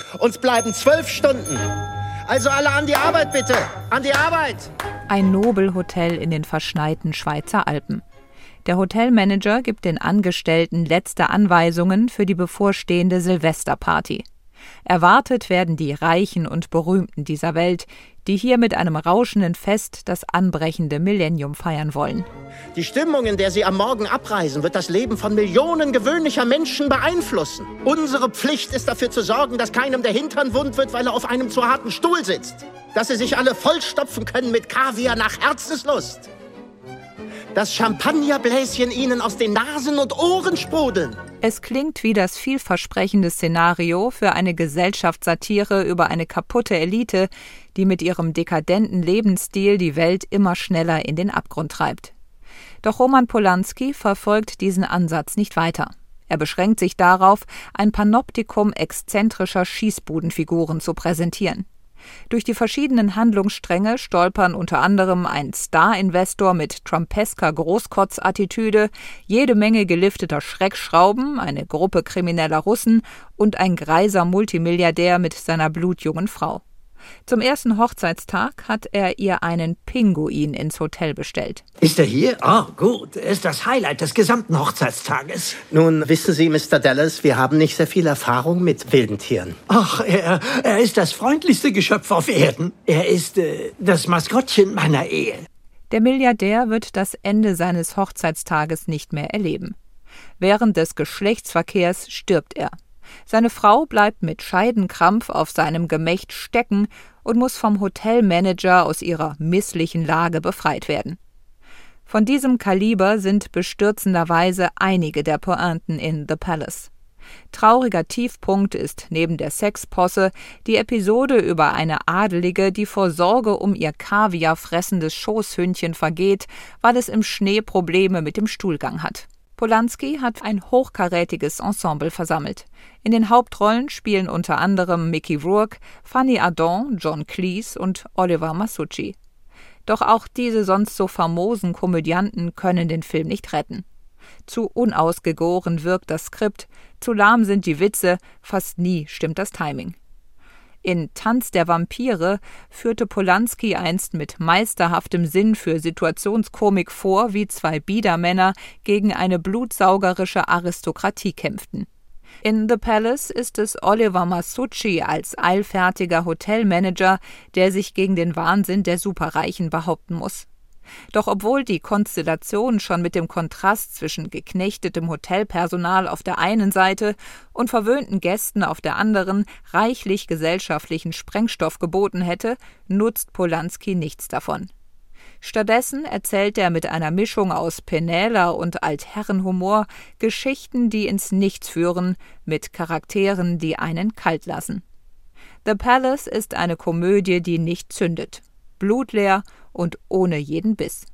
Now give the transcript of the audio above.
Uns bleiben 12 Stunden. Also alle an die Arbeit bitte. An die Arbeit. Ein Nobelhotel in den verschneiten Schweizer Alpen. Der Hotelmanager gibt den Angestellten letzte Anweisungen für die bevorstehende Silvesterparty. Erwartet werden die Reichen und Berühmten dieser Welt, die hier mit einem rauschenden Fest das anbrechende Millennium feiern wollen. Die Stimmung, in der Sie am Morgen abreisen, wird das Leben von Millionen gewöhnlicher Menschen beeinflussen. Unsere Pflicht ist dafür zu sorgen, dass keinem der Hintern wund wird, weil er auf einem zu harten Stuhl sitzt. Dass Sie sich alle vollstopfen können mit Kaviar nach Herzenslust. Dass Champagnerbläschen Ihnen aus den Nasen und Ohren sprudeln. Es klingt wie das vielversprechende Szenario für eine Gesellschaftssatire über eine kaputte Elite, die mit ihrem dekadenten Lebensstil die Welt immer schneller in den Abgrund treibt. Doch Roman Polański verfolgt diesen Ansatz nicht weiter. Er beschränkt sich darauf, ein Panoptikum exzentrischer Schießbudenfiguren zu präsentieren. Durch die verschiedenen Handlungsstränge stolpern unter anderem ein Star-Investor mit trumpesker Großkotz-Attitüde, jede Menge gelifteter Schreckschrauben, eine Gruppe krimineller Russen und ein greiser Multimilliardär mit seiner blutjungen Frau. Zum ersten Hochzeitstag hat er ihr einen Pinguin ins Hotel bestellt. Ist er hier? Oh, gut. Er ist das Highlight des gesamten Hochzeitstages. Nun, wissen Sie, Mr. Dallas, wir haben nicht sehr viel Erfahrung mit wilden Tieren. Ach, er ist das freundlichste Geschöpf auf Erden. Er ist das Maskottchen meiner Ehe. Der Milliardär wird das Ende seines Hochzeitstages nicht mehr erleben. Während des Geschlechtsverkehrs stirbt er. Seine Frau bleibt mit Scheidenkrampf auf seinem Gemächt stecken und muss vom Hotelmanager aus ihrer misslichen Lage befreit werden. Von diesem Kaliber sind bestürzenderweise einige der Pointen in The Palace. Trauriger Tiefpunkt ist neben der Sexposse die Episode über eine Adelige, die vor Sorge um ihr Kaviar fressendes Schoßhündchen vergeht, weil es im Schnee Probleme mit dem Stuhlgang hat. Polański hat ein hochkarätiges Ensemble versammelt. In den Hauptrollen spielen unter anderem Mickey Rourke, Fanny Ardant, John Cleese und Oliver Masucci. Doch auch diese sonst so famosen Komödianten können den Film nicht retten. Zu unausgegoren wirkt das Skript, zu lahm sind die Witze, fast nie stimmt das Timing. In Tanz der Vampire führte Polański einst mit meisterhaftem Sinn für Situationskomik vor, wie zwei Biedermänner gegen eine blutsaugerische Aristokratie kämpften. In The Palace ist es Oliver Masucci als eilfertiger Hotelmanager, der sich gegen den Wahnsinn der Superreichen behaupten muss. Doch obwohl die Konstellation schon mit dem Kontrast zwischen geknechtetem Hotelpersonal auf der einen Seite und verwöhnten Gästen auf der anderen reichlich gesellschaftlichen Sprengstoff geboten hätte, nutzt Polański nichts davon. Stattdessen erzählt er mit einer Mischung aus Penela und Altherrenhumor Geschichten, die ins Nichts führen, mit Charakteren, die einen kalt lassen. The Palace ist eine Komödie, die nicht zündet. Blutleer und ohne jeden Biss.